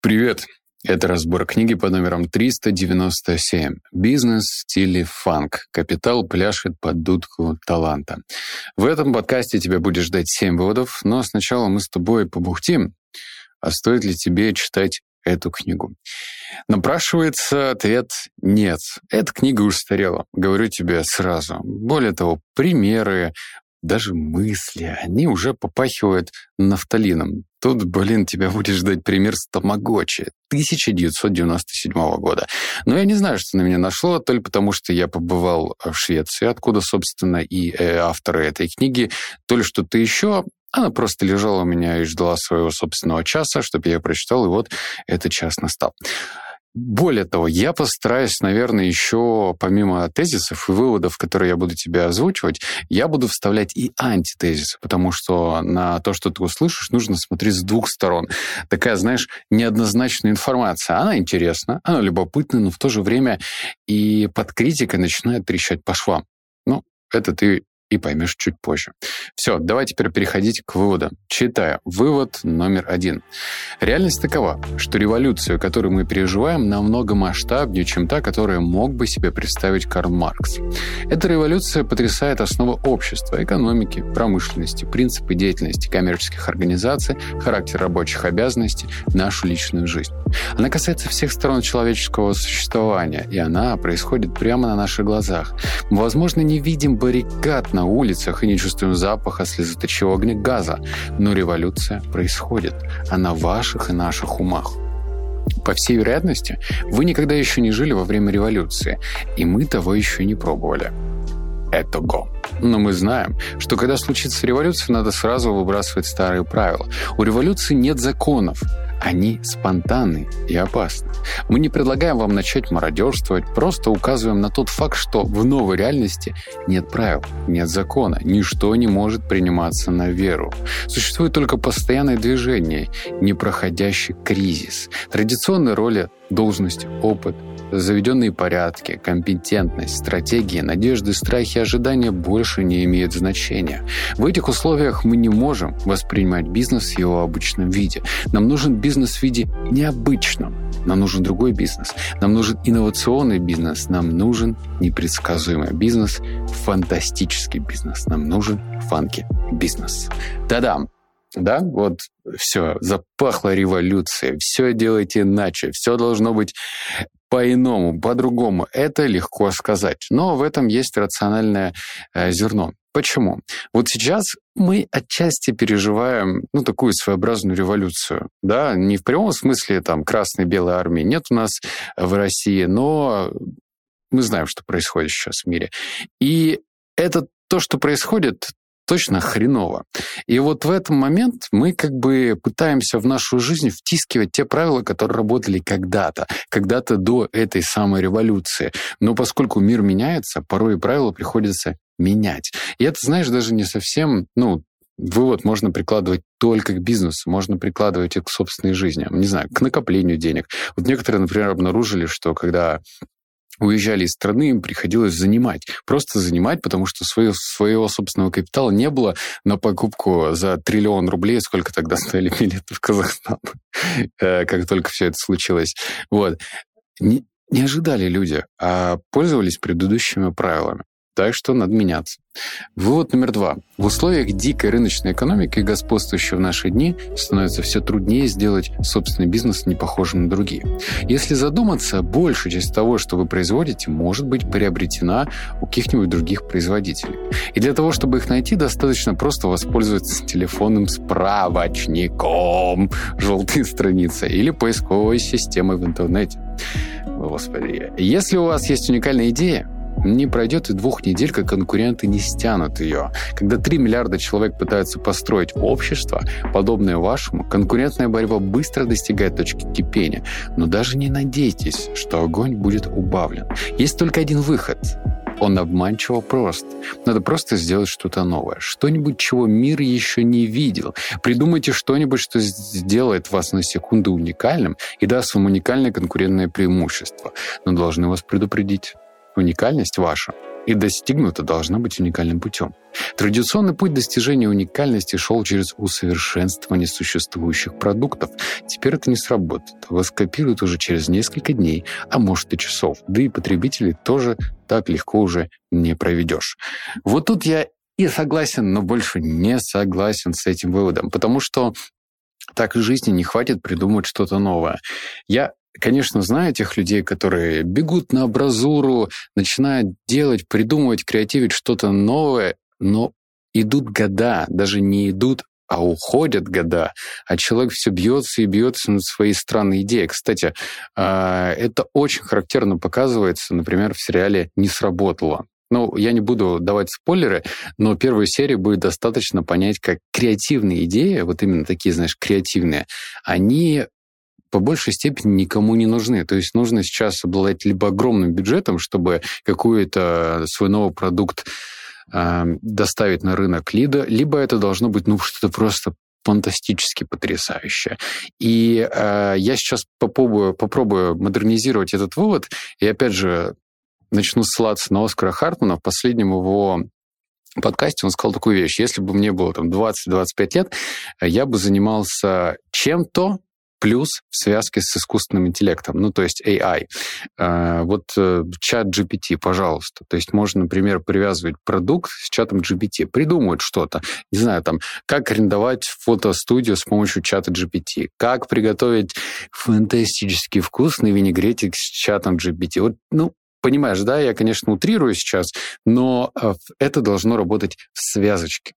Привет! Это разбор книги под номером 397. «Бизнес в стиле фанк. Капитал пляшет под дудку таланта». В этом подкасте тебя будет ждать 7 выводов, но сначала мы с тобой побухтим, а стоит ли тебе читать эту книгу? Напрашивается ответ «нет». Эта книга устарела, говорю тебе сразу. Более того, примеры, даже мысли, они уже попахивают нафталином. Тут, тебя будет ждать пример с Тамагочи 1997 года. Но я не знаю, что на меня нашло, только потому, что я побывал в Швеции, откуда, собственно, и авторы этой книги, то ли что-то еще. Она просто лежала у меня и ждала своего собственного часа, чтобы я ее прочитал, и вот этот час настал. Более того, я постараюсь, наверное, еще помимо тезисов и выводов, которые я буду тебе озвучивать, я буду вставлять и антитезисы, потому что на то, что ты услышишь, нужно смотреть с двух сторон. Такая, знаешь, неоднозначная информация. Она интересна, она любопытна, но в то же время и под критикой начинает трещать по швам. Ну, это ты и поймешь чуть позже. Все, давай теперь переходить к выводам. Читаю. Вывод номер 1. Реальность такова, что революцию, которую мы переживаем, намного масштабнее, чем та, которую мог бы себе представить Карл Маркс. Эта революция потрясает основы общества, экономики, промышленности, принципы деятельности коммерческих организаций, характер рабочих обязанностей, нашу личную жизнь. Она касается всех сторон человеческого существования, и она происходит прямо на наших глазах. Мы, возможно, не видим баррикад на улицах и не чувствуем запаха слезоточивого газа, но революция происходит. Она в ваших и наших умах. По всей вероятности, вы никогда еще не жили во время революции, и мы того еще не пробовали. Этого. Но мы знаем, что когда случится революция, надо сразу выбрасывать старые правила. У революции нет законов. Они спонтанны и опасны. Мы не предлагаем вам начать мародерствовать, просто указываем на тот факт, что в новой реальности нет правил, нет закона, ничто не может приниматься на веру. Существует только постоянное движение, непроходящий кризис. Традиционные роли, должность, опыт, заведенные порядки, компетентность, стратегии, надежды, страхи, ожидания больше не имеют значения. В этих условиях мы не можем воспринимать бизнес в его обычном виде. Нам нужен бизнес в виде необычном. Нам нужен другой бизнес. Нам нужен инновационный бизнес. Нам нужен непредсказуемый бизнес, фантастический бизнес. Нам нужен фанки-бизнес. Та-дам! Да, вот все, запахло революцией, все делайте иначе, все должно быть по-иному, по-другому. Это легко сказать, но в этом есть рациональное зерно. Почему? Вот сейчас мы отчасти переживаем, такую своеобразную революцию. Да? Не в прямом смысле красной и белой армии нет у нас в России, но мы знаем, что происходит сейчас в мире. И это то, что происходит, точно хреново. И вот в этот момент мы пытаемся в нашу жизнь втискивать те правила, которые работали когда-то до этой самой революции. Но поскольку мир меняется, порой и правила приходится менять. И это, знаешь, даже не совсем, вывод можно прикладывать только к бизнесу, можно прикладывать и к собственной жизни, не знаю, к накоплению денег. Вот некоторые, например, обнаружили, что когда уезжали из страны, им приходилось просто занимать, потому что своего собственного капитала не было на покупку за 1 триллион рублей, сколько тогда стоили билеты в Казахстан, как только все это случилось. Вот. Не ожидали люди, а пользовались предыдущими правилами. Так что надо меняться. Вывод номер 2. В условиях дикой рыночной экономики, господствующей в наши дни, становится все труднее сделать собственный бизнес не похожим на другие. Если задуматься, большая часть того, что вы производите, может быть приобретена у каких-нибудь других производителей. И для того, чтобы их найти, достаточно просто воспользоваться телефонным справочником, желтые страницы, или поисковой системой в интернете. Господи. Если у вас есть уникальная идея, не пройдет и 2 недель, как конкуренты не стянут ее. Когда 3 миллиарда человек пытаются построить общество, подобное вашему, конкурентная борьба быстро достигает точки кипения. Но даже не надейтесь, что огонь будет убавлен. Есть только один выход. Он обманчиво прост. Надо просто сделать что-то новое. Что-нибудь, чего мир еще не видел. Придумайте что-нибудь, что сделает вас на секунду уникальным и даст вам уникальное конкурентное преимущество. Но должны вас предупредить. Уникальность ваша и достигнута должна быть уникальным путем. Традиционный путь достижения уникальности шел через усовершенствование существующих продуктов. Теперь это не сработает. Вас копируют уже через несколько дней, а может и часов. Да и потребителей тоже так легко уже не проведешь. Вот тут я и согласен, но больше не согласен с этим выводом, потому что так и жизни не хватит придумать что-то новое. Я, конечно, знаю тех людей, которые бегут на абразуру, начинают делать, придумывать, креативить что-то новое, но идут года, даже не идут, а уходят года, а человек все бьется и бьется над своей странной идеей. Кстати, это очень характерно показывается, например, в сериале «Не сработало». Ну, я не буду давать спойлеры, но первой серии будет достаточно понять, как креативные идеи, вот именно такие, знаешь, креативные, они по большей степени никому не нужны. То есть нужно сейчас обладать либо огромным бюджетом, чтобы какой-то свой новый продукт доставить на рынок, либо это должно быть что-то просто фантастически потрясающее. И я сейчас попробую модернизировать этот вывод, и опять же начну ссылаться на Оскара Хартмана. В последнем его подкасте он сказал такую вещь. Если бы мне было 20-25 лет, я бы занимался чем-то, плюс в связке с искусственным интеллектом, ну, то есть AI. Вот чат GPT, пожалуйста. То есть можно, например, привязывать продукт с чатом GPT, придумывать что-то. Не знаю, как арендовать фотостудию с помощью чата GPT, как приготовить фантастически вкусный винегретик с чатом GPT. Вот, понимаешь, да, я, конечно, утрирую сейчас, но это должно работать в связочке.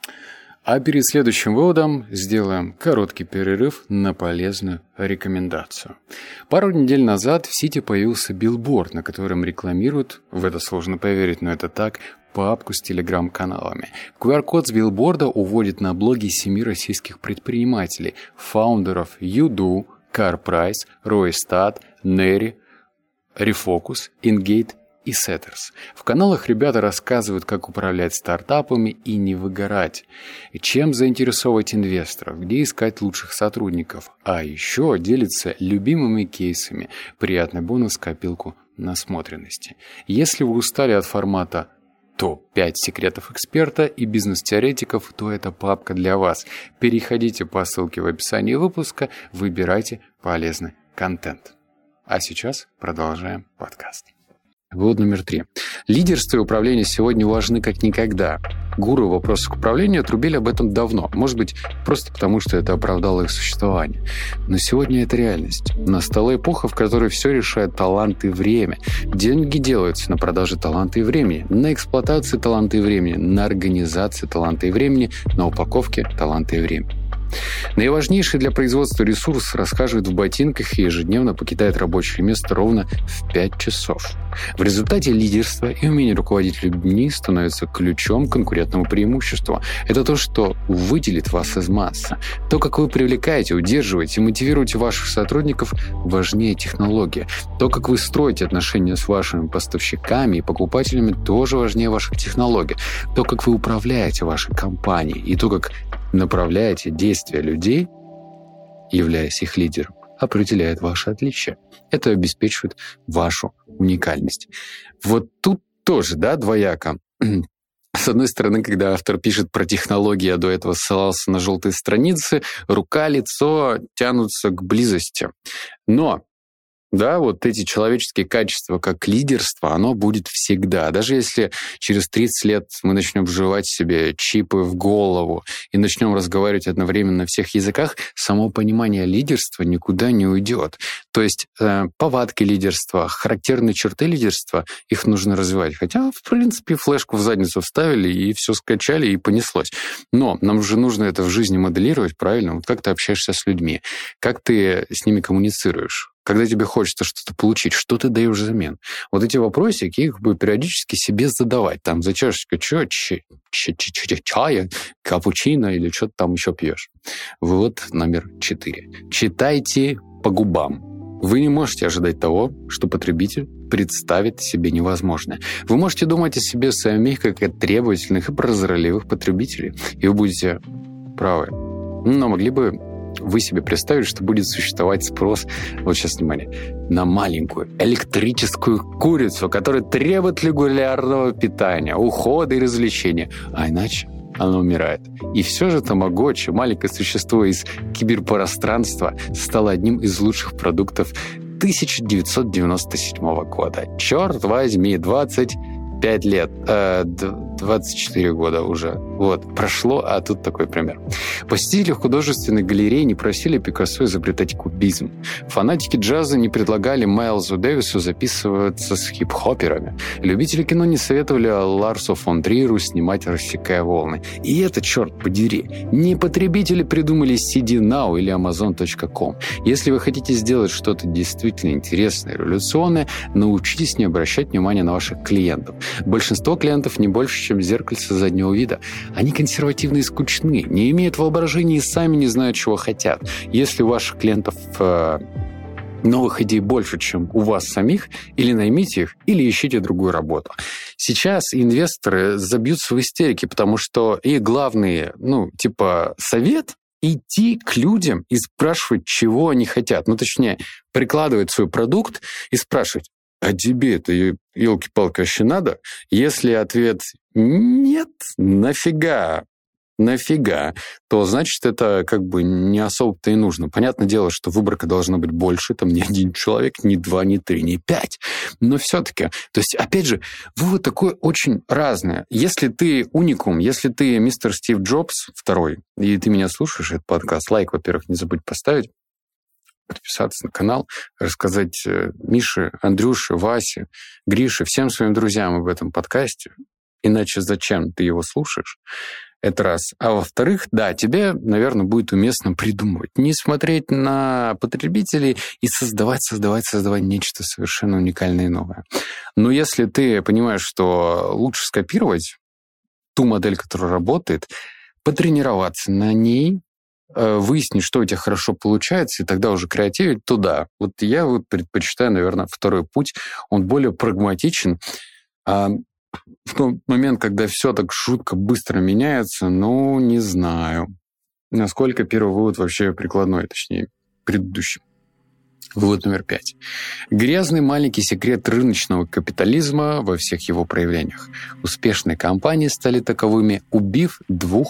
А перед следующим выводом сделаем короткий перерыв на полезную рекомендацию. Пару недель назад в сети появился билборд, на котором рекламируют, в это сложно поверить, но это так, папку с телеграм-каналами. QR-код с билборда уводит на блоги 7 российских предпринимателей, фаундеров Юду, CarPrice, Roystat, Neri, Refocus, Ingate и Setters. В каналах ребята рассказывают, как управлять стартапами и не выгорать, чем заинтересовать инвесторов, где искать лучших сотрудников, а еще делятся любимыми кейсами. Приятный бонус в копилку насмотренности. Если вы устали от формата топ-5 секретов эксперта и бизнес-теоретиков, то это папка для вас. Переходите по ссылке в описании выпуска, выбирайте полезный контент. А сейчас продолжаем подкаст. Вывод номер 3. Лидерство и управление сегодня важны как никогда. Гуру вопросов к управлению трубили об этом давно. Может быть, просто потому, что это оправдало их существование. Но сегодня это реальность. Настала эпоха, в которой все решает талант и время. Деньги делаются на продаже таланта и времени, на эксплуатации таланта и времени, на организации таланта и времени, на упаковке таланта и времени. Наиважнейший для производства ресурс расхаживает в ботинках и ежедневно покидает рабочее место ровно в 5 часов. В результате лидерство и умение руководить людьми становится ключом к конкурентному преимуществу. Это то, что выделит вас из массы. То, как вы привлекаете, удерживаете, мотивируете ваших сотрудников, важнее технологии. То, как вы строите отношения с вашими поставщиками и покупателями, тоже важнее ваших технологий. То, как вы управляете вашей компанией и то, как направляете действия людей, являясь их лидером, определяет ваше отличие. Это обеспечивает вашу уникальность. Вот тут тоже, двояко. С одной стороны, когда автор пишет про технологии, а до этого ссылался на желтые страницы, рука, лицо тянутся к близости. Но вот эти человеческие качества, как лидерство, оно будет всегда. Даже если через 30 лет мы начнем вживать себе чипы в голову и начнем разговаривать одновременно на всех языках, само понимание лидерства никуда не уйдет. То есть повадки лидерства, характерные черты лидерства, их нужно развивать. Хотя, в принципе, флешку в задницу вставили и все скачали, и понеслось. Но нам же нужно это в жизни моделировать, правильно? Вот как ты общаешься с людьми, как ты с ними коммуницируешь. Когда тебе хочется что-то получить, что ты даешь взамен? Вот эти вопросики, их бы периодически себе задавать. За чашечкой чая, капучино или что-то там еще пьешь. Вывод номер 4. Читайте по губам. Вы не можете ожидать того, что потребитель представит себе невозможное. Вы можете думать о себе самих, как о требовательных и прозорливых потребителей. И вы будете правы. Но могли бы вы себе представили, что будет существовать спрос, вот сейчас внимание, на маленькую электрическую курицу, которая требует регулярного питания, ухода и развлечения, а иначе она умирает. И все же тамагочи, маленькое существо из киберпространства, стало одним из лучших продуктов 1997 года. Черт возьми, 25 лет, 24 года уже. Вот, прошло, а тут такой пример. Посетители художественной галереи не просили Пикассо изобретать кубизм. Фанатики джаза не предлагали Майлзу Дэвису записываться с хип-хоперами. Любители кино не советовали Ларсу фон Триру снимать «Рассекая волны». И это, черт подери, не потребители придумали CD Now или Amazon.com. Если вы хотите сделать что-то действительно интересное и революционное, научитесь не обращать внимания на ваших клиентов. Большинство клиентов не больше, чем зеркальце заднего вида. Они консервативны и скучны, не имеют воображения и сами не знают, чего хотят. Если у ваших клиентов новых идей больше, чем у вас самих, или наймите их, или ищите другую работу. Сейчас инвесторы забьются в истерике, потому что их главный, совет — идти к людям и спрашивать, чего они хотят. Точнее, прикладывать свой продукт и спрашивать: а тебе это, елки-палки, вообще надо? Если ответ «нет, нафига», то значит, это не особо-то и нужно. Понятное дело, что выборка должна быть больше, там не один человек, не два, не три, не пять. Но все-таки, то есть, опять же, вывод такой очень разный. Если ты уникум, если ты мистер Стив Джобс второй, и ты меня слушаешь, этот подкаст, лайк, во-первых, не забудь поставить, подписаться на канал, рассказать Мише, Андрюше, Васе, Грише, всем своим друзьям об этом подкасте. Иначе зачем ты его слушаешь? Это раз. А во-вторых, да, тебе, наверное, будет уместно придумывать. Не смотреть на потребителей и создавать нечто совершенно уникальное и новое. Но если ты понимаешь, что лучше скопировать ту модель, которая работает, потренироваться на ней, выяснить, что у тебя хорошо получается, и тогда уже креативить туда. Вот я предпочитаю, наверное, второй путь. Он более прагматичен. В тот момент, когда все так жутко быстро меняется, не знаю, насколько первый вывод вообще прикладной, точнее, предыдущий. Вывод номер 5. Грязный маленький секрет рыночного капитализма во всех его проявлениях. Успешные компании стали таковыми, убив дух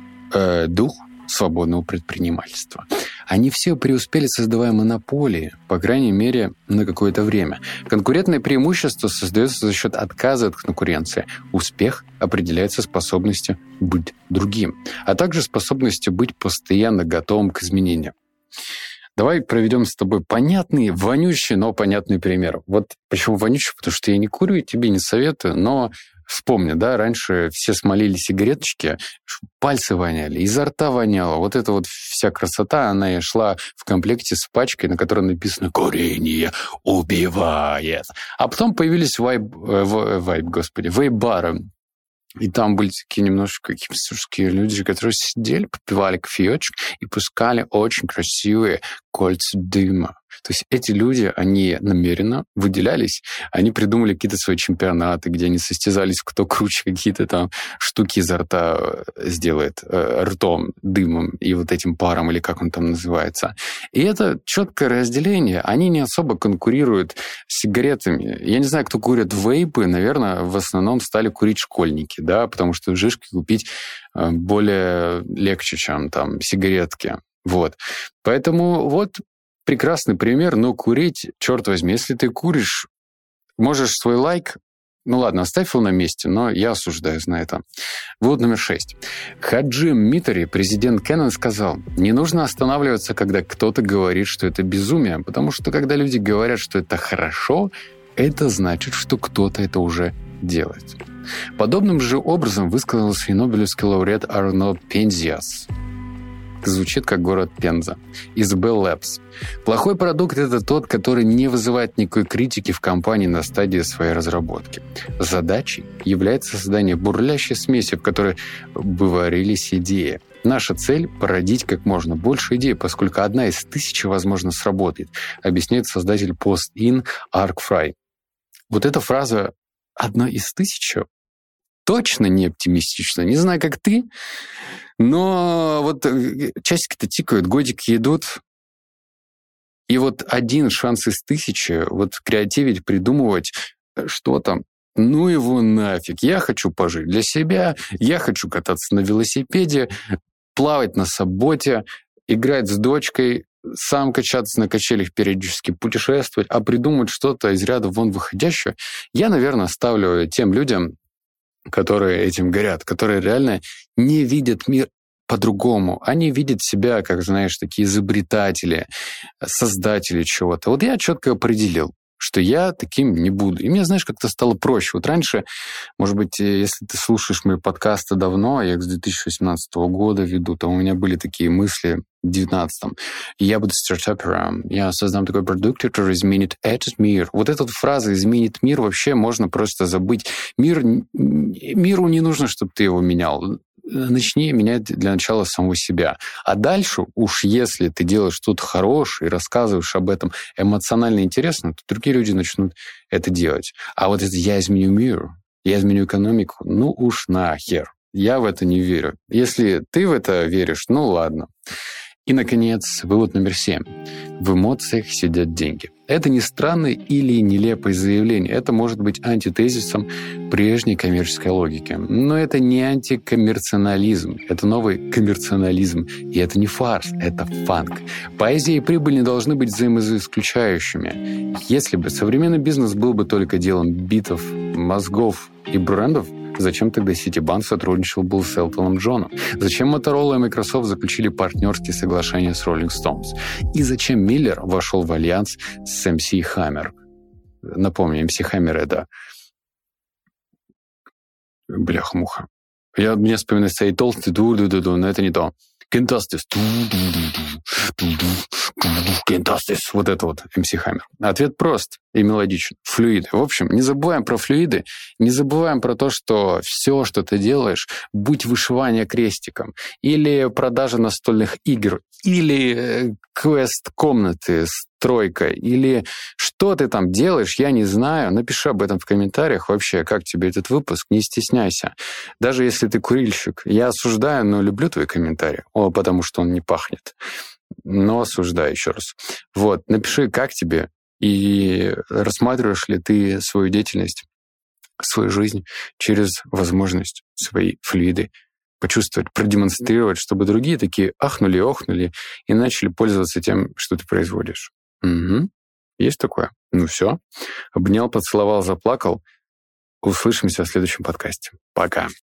свободного предпринимательства. Они все преуспели, создавая монополии, по крайней мере, на какое-то время. Конкурентное преимущество создается за счет отказа от конкуренции. Успех определяется способностью быть другим, а также способностью быть постоянно готовым к изменениям. Давай проведем с тобой понятный, вонючий, но понятный пример. Вот почему вонючий? Потому что я не курю, тебе не советую, но вспомни, да, раньше все смолили сигареточки, пальцы воняли, изо рта воняло. Вот эта вот вся красота, она и шла в комплекте с пачкой, на которой написано «Курение убивает». А потом появились вейп-бары. И там были такие немножко хипстерские люди, которые сидели, попивали кофеечек и пускали очень красивые кольца дыма. То есть эти люди, они намеренно выделялись, они придумали какие-то свои чемпионаты, где они состязались, кто круче какие-то там штуки изо рта сделает ртом, дымом и вот этим паром, или как он там называется. И это четкое разделение. Они не особо конкурируют с сигаретами. Я не знаю, кто курит вейпы, наверное, в основном стали курить школьники, да, потому что жишки купить более легче, чем там сигаретки. Вот. Поэтому вот прекрасный пример, но курить, черт возьми, если ты куришь, можешь свой лайк, ладно, оставь его на месте, но я осуждаю на это. Вывод номер 6. Хаджим Митари, президент Canon, сказал: не нужно останавливаться, когда кто-то говорит, что это безумие, потому что когда люди говорят, что это хорошо, это значит, что кто-то это уже делает. Подобным же образом высказался и нобелевский лауреат Арно Пензиас. Звучит как город Пенза. Из Bell Labs. Плохой продукт — это тот, который не вызывает никакой критики в компании на стадии своей разработки. Задачей является создание бурлящей смеси, в которой бы варились идеи. Наша цель — породить как можно больше идей, поскольку одна из 1000, возможно, сработает, объясняет создатель Post-in Ark Fry. Вот эта фраза «одна из 1000» точно не оптимистично. Не знаю, как ты, но вот часики-то тикают, годики идут. И вот один шанс из 1000 вот креативить, придумывать что-то, ну его нафиг. Я хочу пожить для себя, я хочу кататься на велосипеде, плавать на сабботе, играть с дочкой, сам качаться на качелях, периодически путешествовать, а придумать что-то из ряда вон выходящее, я, наверное, оставлю тем людям, которые этим горят, которые реально не видят мир по-другому. Они видят себя, как, знаешь, такие изобретатели, создатели чего-то. Вот я четко определил, что я таким не буду. И мне, знаешь, как-то стало проще. Вот раньше, может быть, если ты слушаешь мои подкасты давно, я их с 2018 года веду, то у меня были такие мысли в 2019-м. Я буду стартапером, я создам такой продукт, который изменит этот мир. Вот эта фраза «изменит мир» вообще можно просто забыть. Миру не нужно, чтобы ты его менял. Начни менять для начала самого себя. А дальше, уж если ты делаешь что-то хорошее и рассказываешь об этом эмоционально интересно, то другие люди начнут это делать. А вот это «я изменю мир», «я изменю экономику», ну уж нахер. Я в это не верю. Если ты в это веришь, ну ладно. И, наконец, вывод номер 7. В эмоциях сидят деньги. Это не странное или нелепое заявление. Это может быть антитезисом прежней коммерческой логики. Но это не антикоммерционализм. Это новый коммерционализм. И это не фарс, это фанк. Поэзия и прибыль не должны быть взаимоисключающими. Если бы современный бизнес был бы только делом битов, мозгов и брендов, зачем тогда Citibank сотрудничал был с Элтоном Джоном? Зачем Motorola и Microsoft заключили партнерские соглашения с Rolling Stones? И зачем Миллер вошел в альянс с MC Hammer? Напомню, MC Hammer — это... Бляха-муха. Мне вспоминается и толстый, но это не то. Кентастис. Кентастис. Вот это вот MC Hammer. Ответ прост и мелодичен. Флюиды. В общем, не забываем про флюиды, не забываем про то, что все, что ты делаешь, будь вышивание крестиком, или продажа настольных игр, или квест-комнаты с тройкой, или что ты там делаешь, я не знаю. Напиши об этом в комментариях вообще, как тебе этот выпуск, не стесняйся. Даже если ты курильщик. Я осуждаю, но люблю твои комментарии, потому что он не пахнет. Но осуждаю еще раз. Вот, напиши, как тебе, и рассматриваешь ли ты свою деятельность, свою жизнь через возможность свои флюиды почувствовать, продемонстрировать, чтобы другие такие ахнули и начали пользоваться тем, что ты производишь. Угу. Есть такое? Ну все. Обнял, поцеловал, заплакал. Услышимся в следующем подкасте. Пока.